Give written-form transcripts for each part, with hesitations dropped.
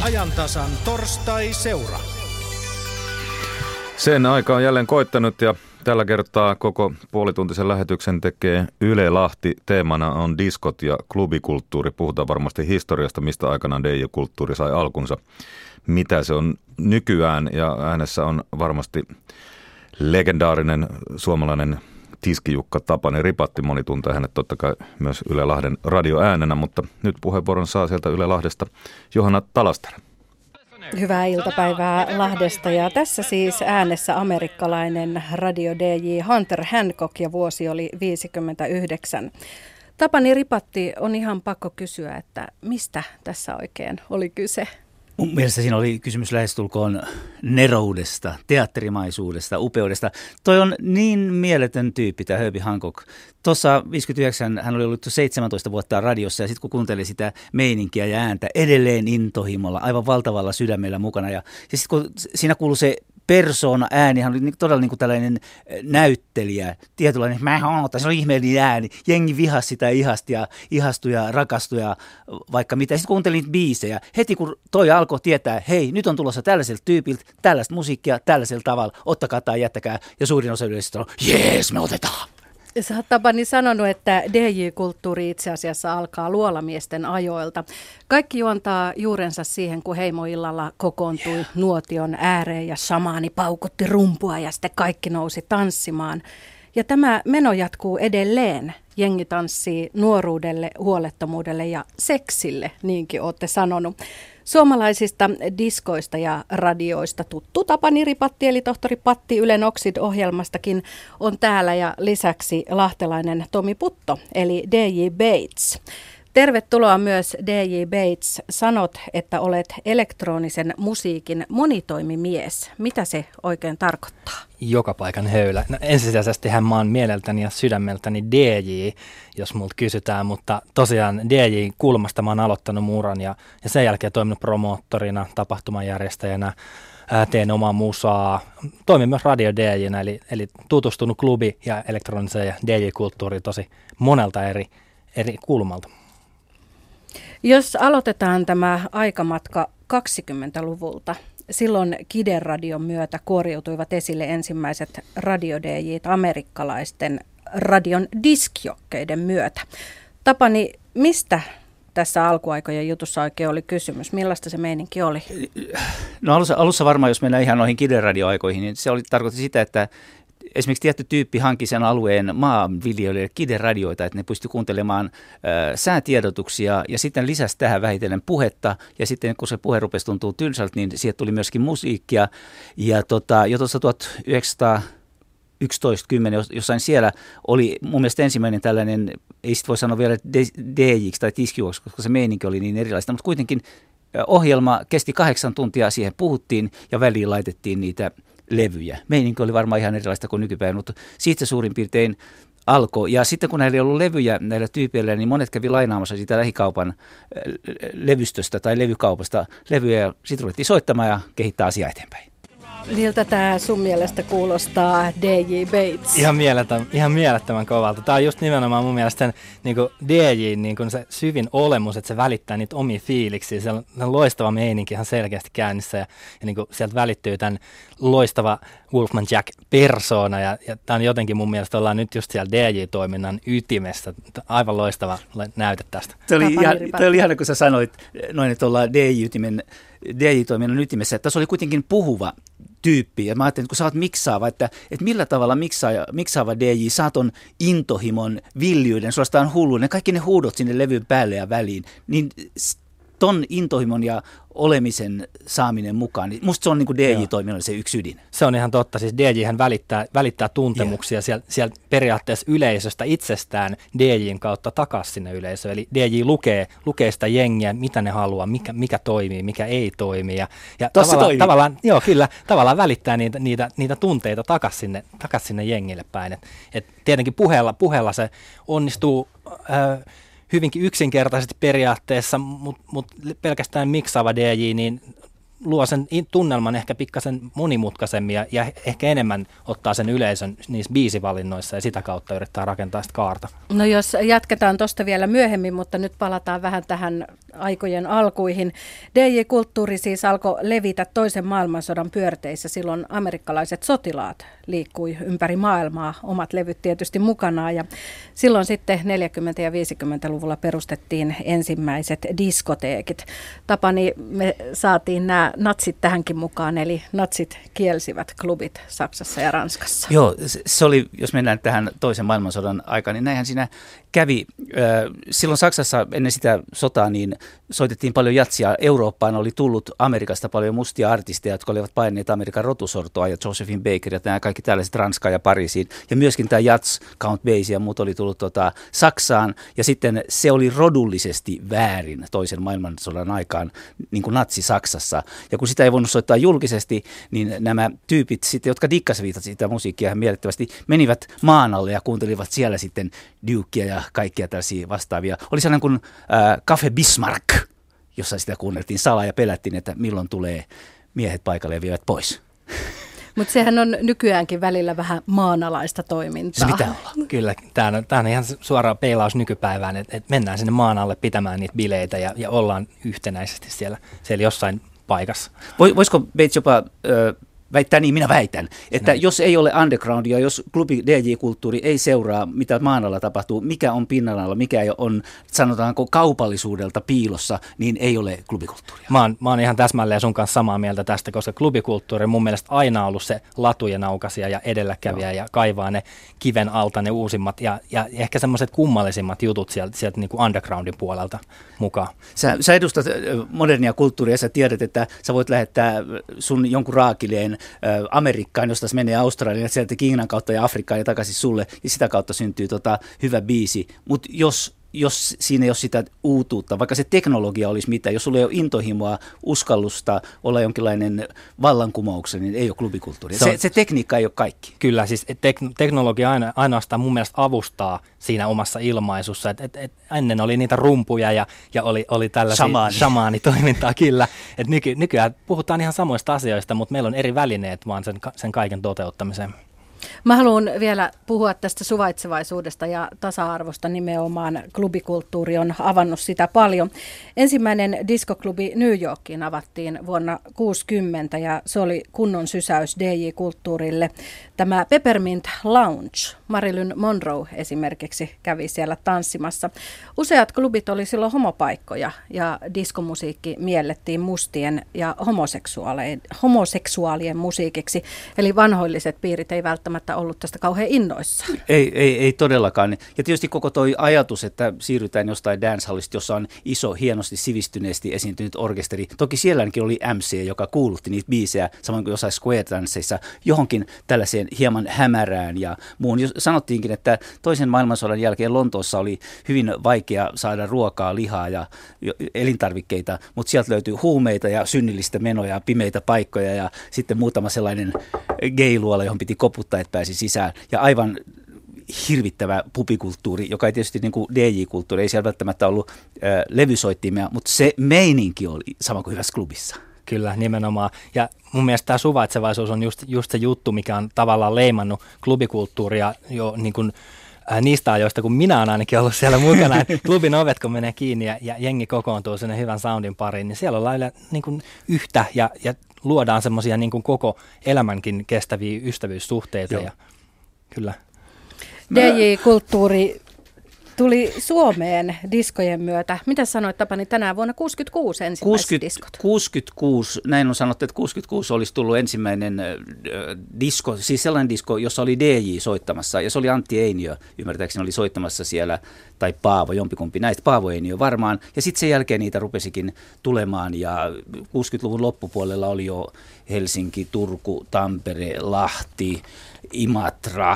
ajantasan torstai-seura. Sen aika on jälleen koittanut ja tällä kertaa koko puolituntisen lähetyksen tekee Yle Lahti. Teemana on diskot ja klubikulttuuri. Puhutaan varmasti historiasta, mistä aikanaan DJ-kulttuuri sai alkunsa, mitä se on nykyään. Ja äänessä on varmasti legendaarinen suomalainen Tiski-Jukka Tapani Ripatti. Moni tuntee hänet totta kai myös Yle Lahden radioäänenä, mutta nyt puheenvuoron saa sieltä Yle Lahdesta Johanna Talaster. Hyvää iltapäivää Lahdesta, ja tässä siis äänessä amerikkalainen radio DJ Hunter Hancock, ja vuosi oli 1959. Tapani Ripatti, on ihan pakko kysyä, että mistä tässä oikein oli kyse? Mun mielestä siinä oli kysymys lähestulkoon neroudesta, teatterimaisuudesta, upeudesta. Toi on niin mieletön tyyppi, tämä Herbie Hancock. Tuossa 59 hän oli ollut 17 vuotta radiossa, ja sitten kun kuunteli sitä meininkiä ja ääntä edelleen intohimolla, aivan valtavalla sydämellä mukana. Ja sitten kun siinä kuului se persoona ääni, hän oli todella niin kuin tällainen näyttelijä, tietynlainen, se oli ihmeellinen ääni, jengi vihasi sitä ihastui ja rakastui ja vaikka mitä. Sitten kuuntelin niitä biisejä, heti kun toi alkoi tietää, hei, nyt on tulossa tällaiselta tyypiltä, tällaista musiikkia, tällaisella tavalla, ottakaa tai jättäkää, ja suurin osa yleisöstä on, jees, me otetaan. Sä oot, Tapani, sanonut, että DJ-kulttuuri itse asiassa alkaa luolamiesten ajoilta. Kaikki juontaa juurensa siihen, kun heimoillalla kokoontui nuotion ääreen ja shamaani paukutti rumpua ja sitten kaikki nousi tanssimaan. Ja tämä meno jatkuu edelleen. Jengi tanssii nuoruudelle, huolettomuudelle ja seksille, niinkin olette sanonut. Suomalaisista diskoista ja radioista tuttu Tapani Ripatti, eli tohtori Patti Ylen Oxid-ohjelmastakin on täällä, ja lisäksi lahtelainen Tomi Putto, eli DJ Bates. Tervetuloa myös DJ Bates. Sanot, että olet elektronisen musiikin monitoimimies. Mitä se oikein tarkoittaa? Joka paikan höylä. No, ensisijaisestihän mä oon mieleltäni ja sydämeltäni DJ, jos multa kysytään, mutta tosiaan DJ-kulmasta mä oon aloittanut uran ja sen jälkeen toiminut promoottorina, tapahtumanjärjestäjänä, teen omaa musaa. Toimin myös radio DJ:nä, eli tutustunut klubi- ja elektroniseen ja DJ-kulttuuriin tosi monelta eri kulmalta. Jos aloitetaan tämä aikamatka 20-luvulta, silloin Kide-radion myötä kuoriutuivat esille ensimmäiset radio-DJ:t amerikkalaisten radion diskjokkeiden myötä. Tapani, mistä tässä alkuaikojen jutussa oikein oli kysymys? Millaista se meininki oli? No alussa varmaan, jos mennään ihan noihin Kide-radioaikoihin, niin se tarkoitti sitä, että esimerkiksi tietty tyyppi hankki sen alueen maanviljelijöille Kide-radioita, että ne pystyi kuuntelemaan säätiedotuksia ja sitten lisäsi tähän vähitellen puhetta. Ja sitten kun se puhe rupesi tuntua tylsältä, niin siitä tuli myöskin musiikkia. Ja jo tuossa 1911-10 jossain siellä oli mun mielestä ensimmäinen tällainen, ei sit voi sanoa vielä DJ:ksi tai tiskijuoksi, koska se meininki oli niin erilaista, mutta kuitenkin ohjelma kesti 8 tuntia, siihen puhuttiin ja väliin laitettiin niitä levyjä. Meininki oli varmaan ihan erilaista kuin nykypäivänä, mutta siitä se suurin piirtein alkoi. Ja sitten kun näillä ei ollut levyjä näillä tyypeillä, niin monet kävi lainaamassa siitä lähikaupan levystöstä tai levykaupasta levyjä, ja sitten ruvettiin soittamaan ja kehittää asiaa eteenpäin. Miltä tämä sun mielestä kuulostaa, DJ Bates? Ihan mielettömän kovalta. Tämä on just nimenomaan mun mielestä niin DJ niin se syvin olemus, että se välittää niitä omia fiiliksiä. Se on loistava meininki ihan selkeästi käynnissä, ja niin sieltä välittyy tämän loistava Wolfman Jack-persoona, ja tämä on jotenkin mun mielestä, ollaan nyt just siellä DJ-toiminnan ytimessä. Aivan loistava näyte tästä. Tämä oli ihana, kun sä sanoit noin, että ollaan DJ-toiminnan ytimessä. Tässä oli kuitenkin puhuva tyyppi. Ja mä ajattelin, että kun sä oot miksaava, että millä tavalla miksaava DJ saa ton intohimon, viljyyden, suorastaan hulluuden, kaikki ne huudot sinne levyn päälle ja väliin, niin ton intohimon ja olemisen saaminen mukaan, niin musta se on niin kuin DJ-toiminnan se yksi ydin. Se on ihan totta. Siis DJ-hän välittää tuntemuksia sieltä periaatteessa yleisöstä itsestään DJ:n kautta takaisin sinne yleisöön. Eli DJ lukee sitä jengiä, mitä ne haluaa, mikä toimii, mikä ei toimi. Ja tavallaan välittää niitä tunteita takaisin sinne jengille päin. Et tietenkin puheella se onnistuu hyvinkin yksinkertaisesti periaatteessa, mutta pelkästään miksaava DJ, niin luo sen tunnelman ehkä pikkasen monimutkaisemmin ja ehkä enemmän ottaa sen yleisön niissä biisivalinnoissa ja sitä kautta yrittää rakentaa sitä kaarta. No jos jatketaan tuosta vielä myöhemmin, mutta nyt palataan vähän tähän aikojen alkuihin. DJ-kulttuuri siis alkoi levitä toisen maailmansodan pyörteissä. Silloin amerikkalaiset sotilaat liikkui ympäri maailmaa, omat levyt tietysti mukanaan. Ja silloin sitten 40- ja 50-luvulla perustettiin ensimmäiset diskoteekit. Tapani, me saatiin nämä natsit tähänkin mukaan, eli natsit kielsivät klubit Saksassa ja Ranskassa. Joo, se oli, jos mennään tähän toisen maailmansodan aikaan, niin näinhän siinä kävi. Silloin Saksassa ennen sitä sotaa niin soitettiin paljon jatsia. Eurooppaan oli tullut Amerikasta paljon mustia artisteja, jotka olivat paineet Amerikan rotusortoa ja Josephine Baker ja nämä kaikki tällaiset Ranskaan ja Pariisiin. Ja myöskin tämä jats, Count Basie ja muut oli tullut Saksaan ja sitten se oli rodullisesti väärin toisen maailmansodan aikaan niin kuin natsi-Saksassa. Ja kun sitä ei voinut soittaa julkisesti, niin nämä tyypit sitten, jotka dikkasivat sitä musiikkia mielettömästi, menivät maan alle ja kuuntelivat siellä sitten Dukea ja kaikkia tällaisia vastaavia. Oli sellainen kuin Café Bismarck, jossa sitä kuunneltiin salaa ja pelättiin, että milloin tulee miehet paikalle ja vievät pois. Mutta sehän on nykyäänkin välillä vähän maanalaista toimintaa. Se pitää olla. Kyllä, tämä on ihan suora peilaus nykypäivään, että mennään sinne maan alle pitämään niitä bileitä ja ollaan yhtenäisesti siellä jossain paikassa. Voisiko Bates jopa väittää niin, minä väitän, että näin. Jos ei ole undergroundia, jos klubi DJ-kulttuuri ei seuraa, mitä maan alla tapahtuu, mikä on pinnan alla, mikä on, sanotaanko, kaupallisuudelta piilossa, niin ei ole klubikulttuuria. Mä oon ihan täsmälleen sun kanssa samaa mieltä tästä, koska klubikulttuuri on mun mielestä aina ollut se latujen aukaisija ja edelläkävijä ja kaivaa ne kiven alta ne uusimmat ja ehkä semmoiset kummallisimmat jutut sieltä niin kuin undergroundin puolelta mukaan. Sä edustat modernia kulttuuria ja sä tiedät, että sä voit lähettää sun jonkun raakileen Amerikkaan, josta se menee Australiaan, sieltä Kiinan kautta ja Afrikkaan ja takaisin sulle, ja sitä kautta syntyy hyvä biisi. Mutta jos siinä ei ole sitä uutuutta, vaikka se teknologia olisi mitä, jos sulla ei ole intohimoa, uskallusta olla jonkinlainen vallankumouksen, niin ei ole klubikulttuuria. Se tekniikka ei ole kaikki. Kyllä, siis teknologia ainoastaan mun mielestä avustaa siinä omassa ilmaisussa. Et ennen oli niitä rumpuja ja oli tällaisia shamaanitoimintaa kyllä. Et nykyään puhutaan ihan samoista asioista, mutta meillä on eri välineet vaan sen kaiken toteuttamiseen. Mä haluan vielä puhua tästä suvaitsevaisuudesta ja tasa-arvosta, nimenomaan klubikulttuuri on avannut sitä paljon. Ensimmäinen diskoklubi New Yorkiin avattiin vuonna 1960 ja se oli kunnon sysäys DJ-kulttuurille. Tämä Peppermint Lounge, Marilyn Monroe esimerkiksi kävi siellä tanssimassa. Useat klubit oli silloin homopaikkoja ja diskomusiikki miellettiin mustien ja homoseksuaalien musiikiksi, eli vanhoilliset piirit ei välttämättä ollut tästä kauhean innoissaan. Ei todellakaan. Ja tietysti koko toi ajatus, että siirrytään jostain dancehallista, jossa on iso, hienosti sivistyneesti esiintynyt orkesteri. Toki sielläkin oli MC, joka kuulutti niitä biisejä, samoin kuin jossain square-tansseissa, johonkin tällaiseen hieman hämärään ja muun. Sanottiinkin, että toisen maailmansodan jälkeen Lontoossa oli hyvin vaikea saada ruokaa, lihaa ja elintarvikkeita, mutta sieltä löytyy huumeita ja synnillistä menoja, pimeitä paikkoja ja sitten muutama sellainen gay-luola, johon piti koputtaa, että pääsi sisään. Ja aivan hirvittävä pubikulttuuri, joka ei tietysti niin kuin DJ-kulttuuri, ei siellä välttämättä ollut levysoittimia, mutta se meininki oli sama kuin hyvässä klubissa. Kyllä, nimenomaan. Ja mun mielestä tämä suvaitsevaisuus on just se juttu, mikä on tavallaan leimannut klubikulttuuria jo niin kuin niistä ajoista, kun minä olen ainakin ollut siellä mukana, että klubin ovet kun menee kiinni ja jengi kokoontuu sinne hyvän soundin pariin, niin siellä ollaan niin kuin yhtä ja luodaan semmoisia niin kuin koko elämänkin kestäviä ystävyyssuhteita. Ja, kyllä. DJ-kulttuuri tuli Suomeen diskojen myötä. Mitä sanoit, Tapani, tänään vuonna 1966 ensimmäiset diskot? 66, näin on sanottu, että 66 olisi tullut ensimmäinen disko, siis sellainen disko, jossa oli DJ soittamassa, ja se oli Antti Einiö, ymmärtääkseni oli soittamassa siellä, tai Paavo, jompikumpi näistä, Paavo Einiö varmaan, ja sitten sen jälkeen niitä rupesikin tulemaan, ja 60-luvun loppupuolella oli jo Helsinki, Turku, Tampere, Lahti, Imatra,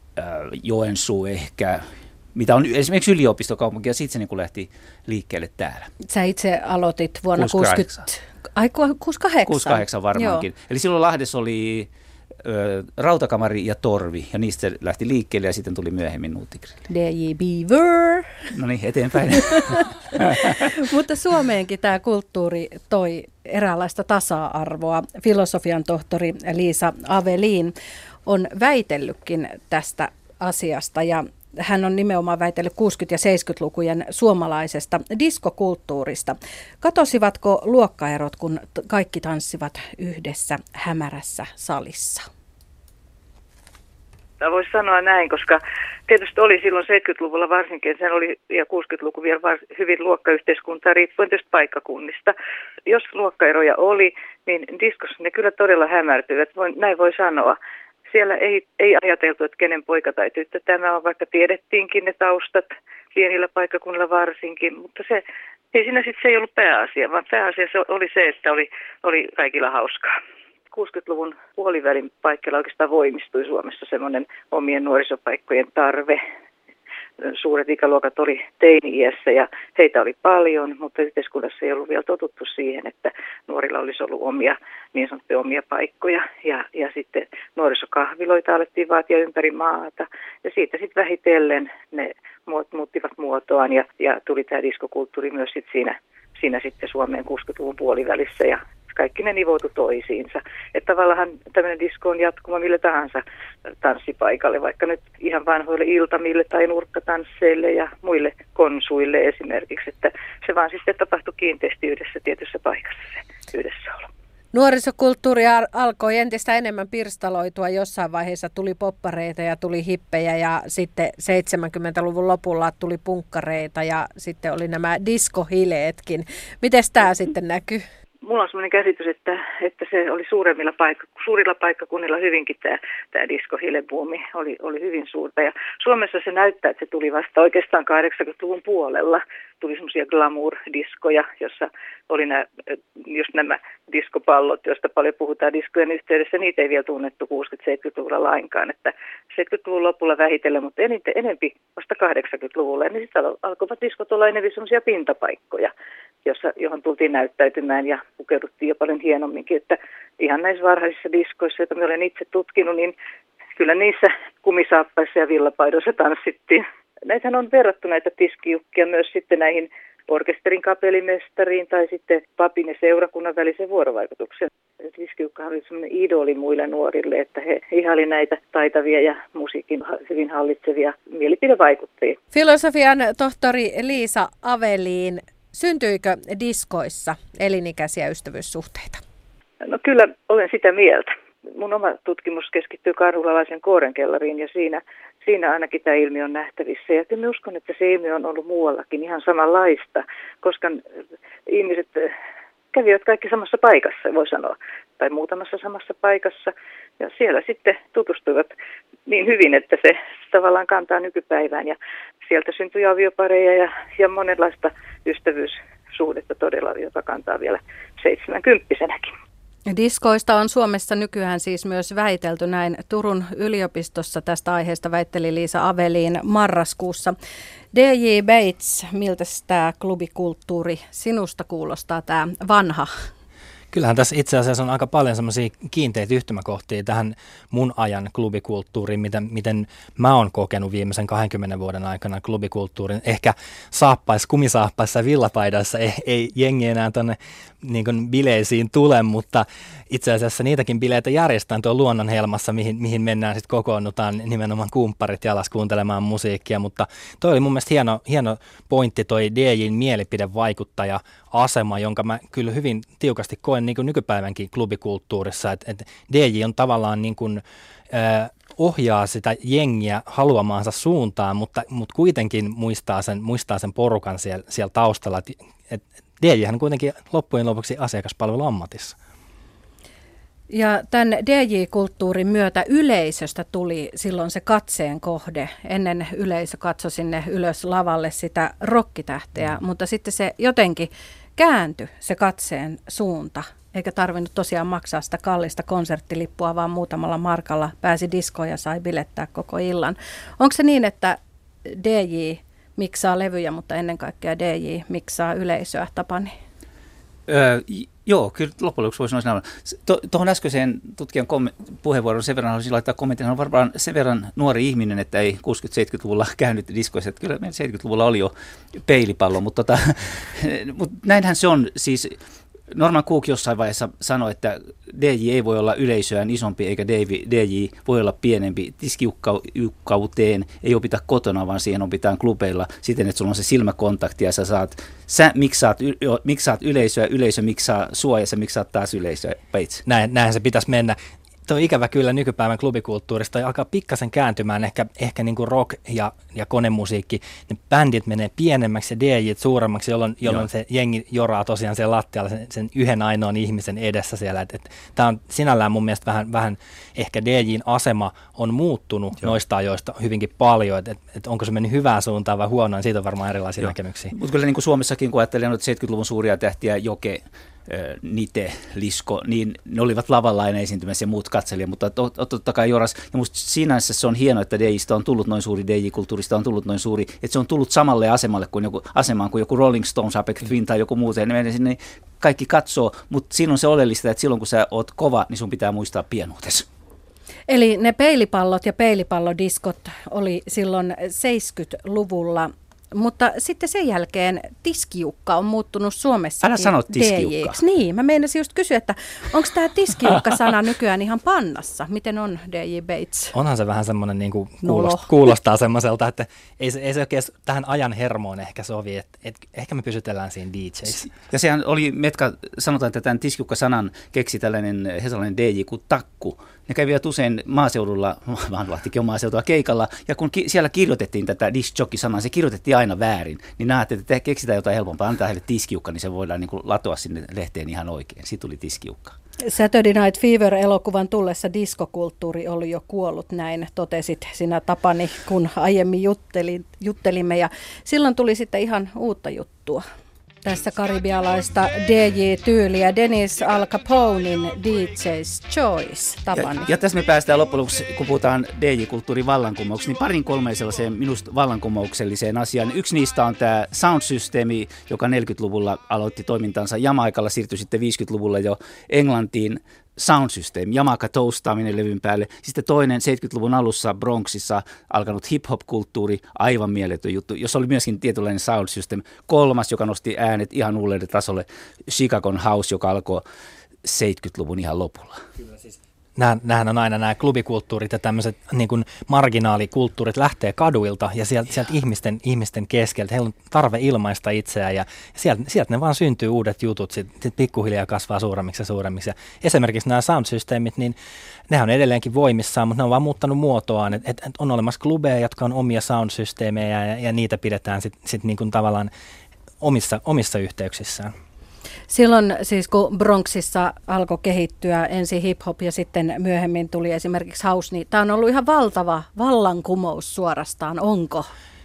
Joensuu ehkä, mitä on esimerkiksi yliopistokaupunki, ja sitten se niin lähti liikkeelle täällä. Sä itse aloitit vuonna 68 varmaankin. Joo. Eli silloin Lahdessa oli Rautakamari ja Torvi, ja niistä se lähti liikkeelle ja sitten tuli myöhemmin Nuuttigrille. DJ Beaver. No niin, eteenpäin. Mutta Suomeenkin tämä kulttuuri toi eräänlaista tasa-arvoa. Filosofian tohtori Liisa Avelin on väitellytkin tästä asiasta ja hän on nimenomaan väitellyt 60- ja 70-lukujen suomalaisesta diskokulttuurista. Katosivatko luokkaerot, kun kaikki tanssivat yhdessä hämärässä salissa? Voisi sanoa näin, koska tietysti oli silloin 70-luvulla varsinkin, sen oli ja 60-luku vielä hyvin luokkayhteiskuntaa riippuen tietysti paikkakunnista. Jos luokkaeroja oli, niin diskossa ne kyllä todella hämärtyivät, näin voi sanoa. Siellä ei ajateltu, että kenen poika tai tyttö tämä on, vaikka tiedettiinkin ne taustat pienillä paikkakunnilla varsinkin, mutta se ei ollut pääasia, vaan pääasia oli se, että oli kaikilla hauskaa. 60-luvun puolivälin paikkeilla oikeastaan voimistui Suomessa semmoinen omien nuorisopaikkojen tarve. Suuret ikäluokat oli teini-iässä ja heitä oli paljon, mutta yhteiskunnassa ei ollut vielä totuttu siihen, että nuorilla olisi ollut niin sanottuja omia paikkoja. Ja sitten nuorisokahviloita alettiin vaatia ympäri maata ja siitä sitten vähitellen ne muuttivat muotoaan ja tuli tämä diskokulttuuri myös siinä sitten Suomeen 60-luvun puolivälissä ja kaikki ne nivoutu toisiinsa. Että tavallaan tämmöinen disko on jatkuma mille tahansa tanssipaikalle, vaikka nyt ihan vanhoille iltamille tai nurkkatansseille ja muille konsuille esimerkiksi. Että se vaan sitten tapahtui kiinteästi yhdessä tietyssä paikassa se yhdessäolo. Nuorisokulttuuri alkoi entistä enemmän pirstaloitua. Jossain vaiheessa tuli poppareita ja tuli hippejä ja sitten 70-luvun lopulla tuli punkkareita ja sitten oli nämä diskohileetkin. Miten tämä sitten näkyy? Mulla on sellainen käsitys, että se oli suurilla paikkakunnilla hyvinkin tämä diskohilebuumi oli hyvin suurta. Ja Suomessa se näyttää, että se tuli vasta oikeastaan 80-luvun puolella. Tuli semmoisia glamour-diskoja, jossa oli nämä diskopallot, joista paljon puhutaan diskojen yhteydessä. Niitä ei vielä tunnettu 60-70-luvulla lainkaan. Että 70-luvun lopulla vähitellen, mutta enempi vasta 80-luvulla. Ja niin sitten alkoivat diskot olla enemmän semmoisia pintapaikkoja, johon tultiin näyttäytymään ja pukeuduttiin jo paljon hienomminkin. Että ihan näissä varhaisissa diskoissa, joita minä olen itse tutkinut, niin kyllä niissä kumisaappaissa ja villapaidoissa tanssittiin. Näitähän on verrattu näitä tiskijukkia myös sitten näihin orkesterin kapellimestariin tai sitten papin ja seurakunnan välisen vuorovaikutuksen. Tiskijukkahan oli sellainen idoli muille nuorille, että he ihaili näitä taitavia ja musiikin hyvin hallitsevia mielipidevaikuttajia. Filosofian tohtori Liisa Avelin, syntyikö diskoissa elinikäisiä ystävyyssuhteita? No kyllä olen sitä mieltä. Mun oma tutkimus keskittyy karhulalaisen koorenkellariin ja siinä ainakin tämä ilmiö on nähtävissä. Ja kyllä uskon, että se ilmiö on ollut muuallakin ihan samanlaista, koska ihmiset kävivät kaikki samassa paikassa, voi sanoa, tai muutamassa samassa paikassa. Ja siellä sitten tutustuivat niin hyvin, että se tavallaan kantaa nykypäivään. Ja sieltä syntyi aviopareja ja monenlaista ystävyyssuhdetta todella, jota kantaa vielä 70-vuotiaanakin. Diskoista on Suomessa nykyään siis myös väitelty näin. Turun yliopistossa tästä aiheesta väitteli Liisa Avelin marraskuussa. DJ Bates, miltä tämä klubikulttuuri sinusta kuulostaa, tämä vanha? Kyllähän tässä itse asiassa on aika paljon semmoisia kiinteitä yhtymäkohtia tähän mun ajan klubikulttuuriin, miten mä oon kokenut viimeisen 20 vuoden aikana klubikulttuurin. Ehkä kumisaappaissa ja villapaidassa ei jengi enää tuonne niin kuin bileisiin tule, mutta itse asiassa niitäkin bileitä järjestetään tuon Luonnonhelmassa, mihin mennään sitten kokoonnutaan nimenomaan kumpparit jalas kuuntelemaan musiikkia, mutta toi oli mun mielestä hieno pointti toi DJ:n mielipidevaikuttaja-asema, jonka mä kyllä hyvin tiukasti koen niin kuin nykypäivänkin klubikulttuurissa, että DJ on tavallaan niin kuin, ohjaa sitä jengiä haluamaansa suuntaan, mutta kuitenkin muistaa sen porukan siellä taustalla, että DJ:hän kuitenkin loppujen lopuksi asiakaspalveluammatissa. Ja tämän DJ-kulttuurin myötä yleisöstä tuli silloin se katseen kohde. Ennen yleisö katsoi sinne ylös lavalle sitä rokkitähteä, mutta sitten se jotenkin kääntyi se katseen suunta. Eikä tarvinnut tosiaan maksaa sitä kallista konserttilippua, vaan muutamalla markalla pääsi diskoon ja sai bilettää koko illan. Onko se niin, että DJ miksaa levyjä, mutta ennen kaikkea DJ miksaa yleisöä, Tapani? Joo, kyllä loppujen lopuksi voisi sanoa. Tuohon äskeiseen tutkijan puheenvuoron sen verran haluaisin laittaa kommentin. Hän on varmaan sen verran nuori ihminen, että ei 60-70-luvulla käynyt diskoissa. Että kyllä meillä 70-luvulla oli jo peilipallo, mutta näinhän se on. Siis Norman Cook jossain vaiheessa sanoi, että DJ ei voi olla yleisöään isompi eikä DJ voi olla pienempi. Tiskiukkauteen ei opita kotona, vaan siihen opitaan klubeilla siten, että sulla on se silmäkontakti ja sä miksaat yleisöä, yleisö miksaa sua ja sä miksaat taas yleisöä. Näinhän se pitäisi mennä. Tuo ikävä kyllä nykypäivän klubikulttuurista alkaa pikkasen kääntymään ehkä niin kuin rock ja konemusiikki. Ne bändit menee pienemmäksi ja DJt suuremmaksi, jolloin se jengi joraa tosiaan siellä lattialla sen yhden ainoan ihmisen edessä siellä. Tämä on sinällään mun mielestä vähän ehkä DJin asema on muuttunut noista ajoista hyvinkin paljon. Et onko se mennyt hyvään suuntaan vai huonoin, siitä on varmaan erilaisia näkemyksiä. Mutta kyllä niin kuin Suomessakin, kun ajattelee 70-luvun suuria tähtiä, Joke, Nite, Lisko, niin ne olivat lavalla aina esiintymässä ja muut katselijat, mutta totta kai Joras, ja musta sinänsä se on hienoa, että DJistä on tullut noin suuri, DJ-kulttuurista on tullut noin suuri, että se on tullut samalle asemalle kuin joku Rolling Stones, Aphex Twin tai joku muu, ne kaikki katsoo, mutta siinä on se oleellista, että silloin kun sä oot kova, niin sun pitää muistaa pienuutesi. Eli ne peilipallot ja peilipallodiskot oli silloin 70-luvulla. Mutta sitten sen jälkeen tiskiukka on muuttunut Suomessa. Älä sano tiskiukka. Niin, mä meinasin just kysyä, että onko tämä tiskiukka-sana nykyään ihan pannassa? Miten on DJ Bates? Onhan se vähän semmoinen, niin kuin kuulostaa semmoiselta, että ei se oikein tähän ajan hermoon ehkä sovi, että ehkä me pysytellään siinä DJs. Ja sehän oli, Metka, sanotaan, että tämän tiskiukka-sanan keksi tällainen hesalainen DJ kuin Takku. Ne kävivät usein maaseudulla, Vaanlahtikin on maaseutua keikalla, ja kun siellä kirjoitettiin tätä disc-jockey-sanaa, se kirjoitettiin aina väärin, niin nämä ajattelin, että keksitään jotain helpompaa, antaa heille tiskiukka, niin se voidaan niin kuin latoa sinne lehteen ihan oikein. Siitä tuli tiskiukka. Saturday Night Fever-elokuvan tullessa diskokulttuuri oli jo kuollut, näin totesit sinä Tapani, kun aiemmin juttelimme, ja silloin tuli sitten ihan uutta juttua. Tässä karibialaista DJ-tyyliä Dennis Al Caponein DJ's Choice, Tapani. Ja tässä me päästään loppujen lopuksi, kun puhutaan DJ-kulttuurin vallankumouksesta, niin parin kolmeen sellaiseen minusta vallankumoukselliseen asiaan. Yksi niistä on tämä sound-systeemi, joka 40-luvulla aloitti toimintansa Jamaikalla, siirtyi sitten 50-luvulla jo Englantiin. Sound-systeemi, Jamaica toastaaminen levyn päälle. Sitten toinen 70-luvun alussa Bronxissa alkanut hip-hop-kulttuuri, aivan mieletön juttu, jos oli myöskin tietynlainen sound-systeemi. Kolmas, joka nosti äänet ihan uudelle tasolle, Chicagon House, joka alkoi 70-luvun ihan lopulla. Kyllä siis. Nämähän on aina nämä klubikulttuurit ja tämmöiset niin kuin marginaalikulttuurit lähtee kaduilta ja sieltä ihmisten keskeltä. Heillä on tarve ilmaista itseään ja sieltä ne vaan syntyy uudet jutut, sitten pikkuhiljaa kasvaa suuremmiksi ja suuremmiksi. Ja esimerkiksi nämä sound-systeemit, niin nehän on edelleenkin voimissaan, mutta ne on vaan muuttanut muotoaan. Et on olemassa klubeja, jotka on omia sound-systeemejä ja niitä pidetään sit niin kuin tavallaan omissa yhteyksissään. Silloin siis kun Bronxissa alkoi kehittyä ensin hip-hop ja sitten myöhemmin tuli esimerkiksi house, niin tämä on ollut ihan valtava vallankumous suorastaan, onko?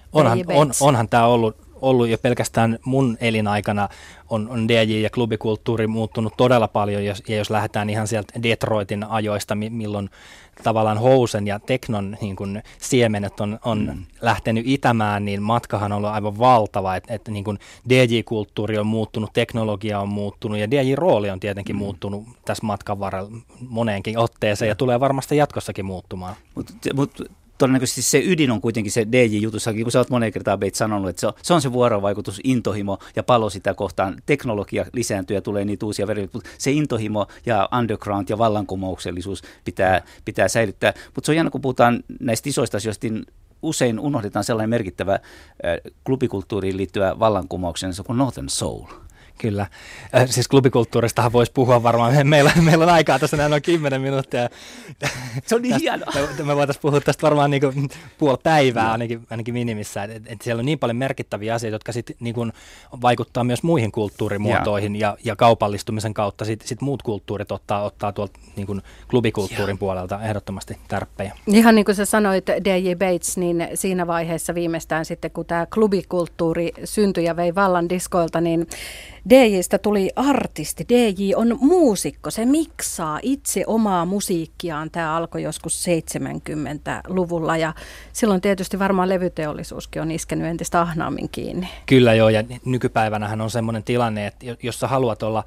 Onhan tämä ollut jo pelkästään mun elinaikana on DJ- ja klubikulttuuri muuttunut todella paljon, jos lähdetään ihan sieltä Detroitin ajoista, milloin tavallaan housen ja teknon niin kun siemenet on lähtenyt itämään, niin matkahan on ollut aivan valtava, että niin kun DJ-kulttuuri on muuttunut, teknologia on muuttunut ja DJ-rooli on tietenkin muuttunut tässä matkan varrella moneenkin otteeseen ja tulee varmasti jatkossakin muuttumaan. Mut todennäköisesti se ydin on kuitenkin se DJ-jutussakin, kun sä oot moneen kertaan Bates sanonut, että se on se vuorovaikutus, intohimo ja palo sitä kohtaan. Teknologia lisääntyy ja tulee niitä uusia väriä, mutta se intohimo ja underground ja vallankumouksellisuus pitää säilyttää. Mutta se on jännä, kun puhutaan näistä isoista asioista, niin usein unohdetaan sellainen merkittävä klubikulttuuriin liittyvä vallankumouksen, se on kuin Northern Soul. Kyllä. Siis klubikulttuuristahan voisi puhua varmaan. Meillä on aikaa tässä näin noin 10 minuuttia. Se on niin hienoa. Me voitaisiin puhua tästä varmaan niin kuin puoli päivää ainakin minimissä. Et siellä on niin paljon merkittäviä asioita, jotka sit niin kuin vaikuttaa myös muihin kulttuurimuotoihin ja kaupallistumisen kautta sit muut kulttuurit ottaa tuolta niin kuin klubikulttuurin puolelta ehdottomasti tärppejä. Ihan niin kuin sä sanoit, DJ Bates, niin siinä vaiheessa viimeistään sitten, kun tämä klubikulttuuri syntyi ja vei vallan diskoilta, niin DJ:stä tuli artisti. DJ on muusikko, se miksaa itse omaa musiikkiaan. Tämä alkoi joskus 70-luvulla ja silloin tietysti varmaan levyteollisuuskin on iskenyt entistä ahnaammin kiinni. Kyllä joo, ja nykypäivänähän on semmoinen tilanne, että jos sä haluat olla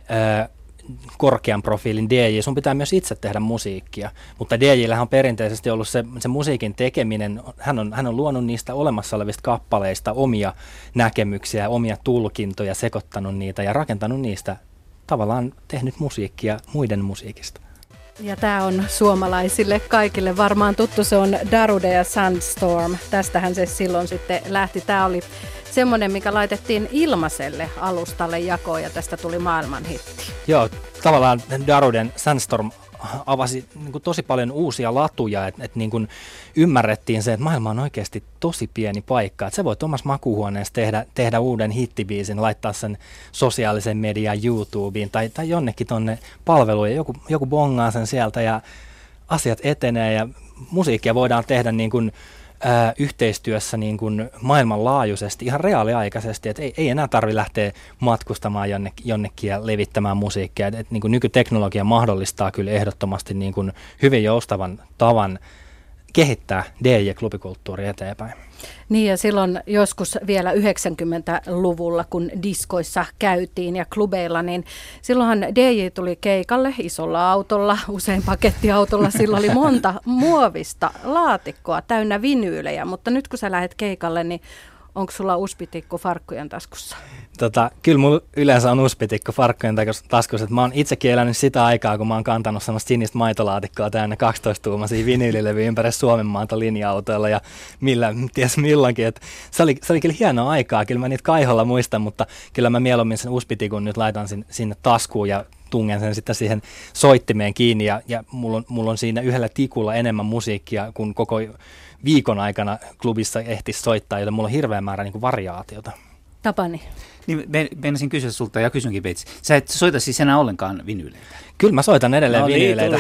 korkean profiilin DJ, sun pitää myös itse tehdä musiikkia, mutta DJ:llä on perinteisesti ollut se musiikin tekeminen, hän on luonut niistä olemassa olevista kappaleista omia näkemyksiä, omia tulkintoja, sekoittanut niitä ja rakentanut niistä, tavallaan tehnyt musiikkia muiden musiikista. Ja tämä on suomalaisille kaikille varmaan tuttu, se on Darude ja Sandstorm. Tästähän se silloin sitten lähti. Tämä oli semmoinen, mikä laitettiin ilmaiselle alustalle jakoon ja tästä tuli maailman hitti. Joo, tavallaan Daruden Sandstorm avasi niin kuin tosi paljon uusia latuja, että niin kuin ymmärrettiin se, että maailma on oikeasti tosi pieni paikka, että sä voit omassa makuuhuoneessa tehdä uuden hittibiisin, laittaa sen sosiaalisen median YouTubeen tai jonnekin tonne palveluun ja joku bongaa sen sieltä ja asiat etenee ja musiikkia voidaan tehdä niin kuin yhteistyössä niin kuin maailmanlaajuisesti, ihan reaaliaikaisesti, että ei enää tarvitse lähteä matkustamaan jonnekin ja levittämään musiikkia. Et niin kuin nykyteknologia mahdollistaa kyllä ehdottomasti niin kuin hyvin joustavan tavan kehittää DJ- ja klubikulttuuria eteenpäin. Niin ja silloin joskus vielä 90-luvulla, kun diskoissa käytiin ja klubeilla, niin silloinhan DJ tuli keikalle isolla autolla, usein pakettiautolla. Sillä oli monta muovista laatikkoa täynnä vinyylejä, mutta nyt kun sä lähdet keikalle, niin onko sulla uspitikku farkkujen taskussa? Kyllä mulla yleensä on uspitikku farkkujen taskussa. Mä oon itsekin elänyt sitä aikaa, kun mä oon kantanut semmoista sinistä maitolaatikkoa täynnä 12-tuumaisia vinyylilevyjä ympäri Suomen maata linja-autoilla ja ties milloinkin. Se oli kyllä hienoa aikaa, kyllä mä niitä kaiholla muistan, mutta kyllä mä mieluummin sen uspitikun nyt laitan sinne taskuun ja tungen sen sitten siihen soittimeen kiinni ja mulla on siinä yhdellä tikulla enemmän musiikkia kuin koko viikon aikana klubissa ehtisi soittaa, joten mulla on hirveä määrä niin kuin variaatiota. Tapani. Niin meinasin kysyä sulta ja kysynkin Beitsi. Sä et soita siis enää ollenkaan vinyyleitä? Kyllä mä soitan edelleen vinyyleitä.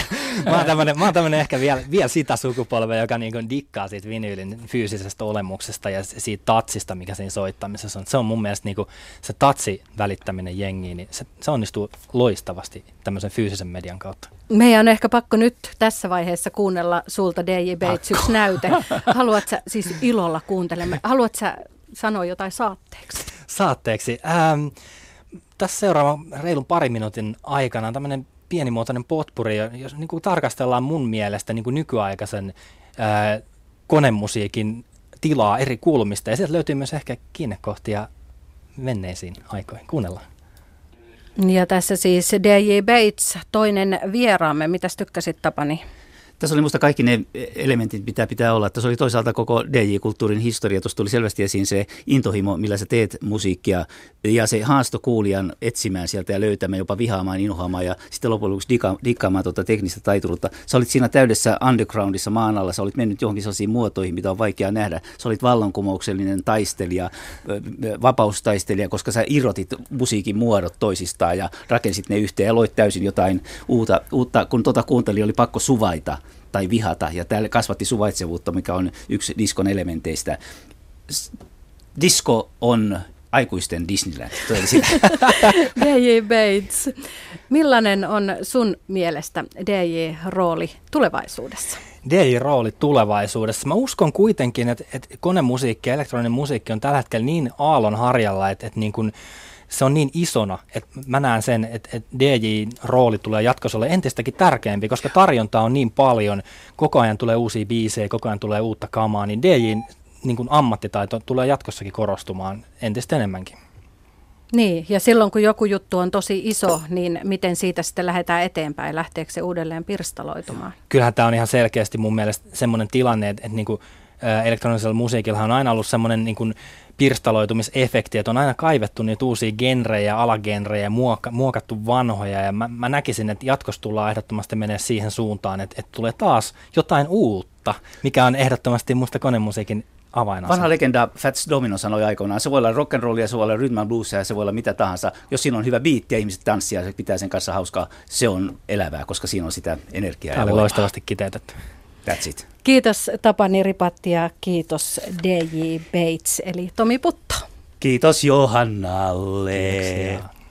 Mä oon tämmönen ehkä vielä sitä sukupolvea, joka niin kuin dikkaa siitä vinyylin fyysisestä olemuksesta ja siitä tatsista, mikä siinä soittamisessa on. Se on mun mielestä niin kuin se tatsi välittäminen jengiin, niin se onnistuu loistavasti tämmöisen fyysisen median kautta. Meidän on ehkä pakko nyt tässä vaiheessa kuunnella sulta DJ Bates yksi näyte. Haluatko sä, siis ilolla kuuntelemme, haluatko sä sanoa jotain saatteeksi? Tässä seuraavan reilun parin minuutin aikana on tämmöinen pienimuotoinen potpuri, jos niin kuin tarkastellaan mun mielestä niin kuin nykyaikaisen konemusiikin tilaa eri kulmista. Ja sieltä löytyy myös ehkä kiinnekohtia menneisiin aikoihin. Kuunnellaan. Ja tässä siis DJ Bates, toinen vieraamme. Mitäs tykkäsit, Tapani? Tässä oli musta kaikki ne elementit, mitä pitää olla. Tässä oli toisaalta koko DJ-kulttuurin historia. Tuossa tuli selvästi esiin se intohimo, millä sä teet musiikkia ja se haasto kuulijan etsimään sieltä ja löytämään, jopa vihaamaan, inhoamaan ja sitten loppujen lopuksi dikkaamaan teknistä taituruutta. Sä olit siinä täydessä undergroundissa maan alla. Sä olit mennyt johonkin sellaisiin muotoihin, mitä on vaikea nähdä. Sä olit vallankumouksellinen taistelija, vapaustaistelija, koska sä irrotit musiikin muodot toisistaan ja rakensit ne yhteen ja loit täysin jotain uutta. Kun kuuntelin, oli pakko suvaita tai vihata, ja täällä kasvatti suvaitsevuutta, mikä on yksi diskon elementeistä. Disko on aikuisten Disneyland. DJ Bates, millainen on sun mielestä DJ-rooli tulevaisuudessa? DJ-rooli tulevaisuudessa. Mä uskon kuitenkin, että konemusiikki ja elektroninen musiikki on tällä hetkellä niin aallonharjalla, että niin kuin se on niin isona, että mä näen sen, että DJ-rooli tulee jatkossa olla entistäkin tärkeämpi, koska tarjontaa on niin paljon, koko ajan tulee uusia biisejä, koko ajan tulee uutta kamaa, niin DJ:n niin kuin ammattitaito tulee jatkossakin korostumaan entistä enemmänkin. Niin, ja silloin kun joku juttu on tosi iso, niin miten siitä sitten lähdetään eteenpäin? Lähteekö se uudelleen pirstaloitumaan? Kyllähän tämä on ihan selkeästi mun mielestä semmoinen tilanne, että niin kuin elektronisella musiikilla on aina ollut semmoinen niin kuin pirstaloitumisefekti, että on aina kaivettu niitä uusia genrejä, alagenrejä, muokattu vanhoja, ja mä näkisin, että jatkossa tullaan ehdottomasti menee siihen suuntaan, että tulee taas jotain uutta, mikä on ehdottomasti musta konemusiikin avainasia. Vanha legenda Fats Domino sanoi aikoinaan, se voi olla rock'n'rollia, se voi olla rhythm and bluesia ja se voi olla mitä tahansa. Jos siinä on hyvä biitti ja ihmiset tanssia ja se pitää sen kanssa hauskaa, se on elävää, koska siinä on sitä energiaa. Tämä oli loistavasti kiteytetty. That's it. Kiitos Tapani Ripatti ja kiitos DJ Bates eli Tomi Putto. Kiitos Johannalle. Kiitoksia.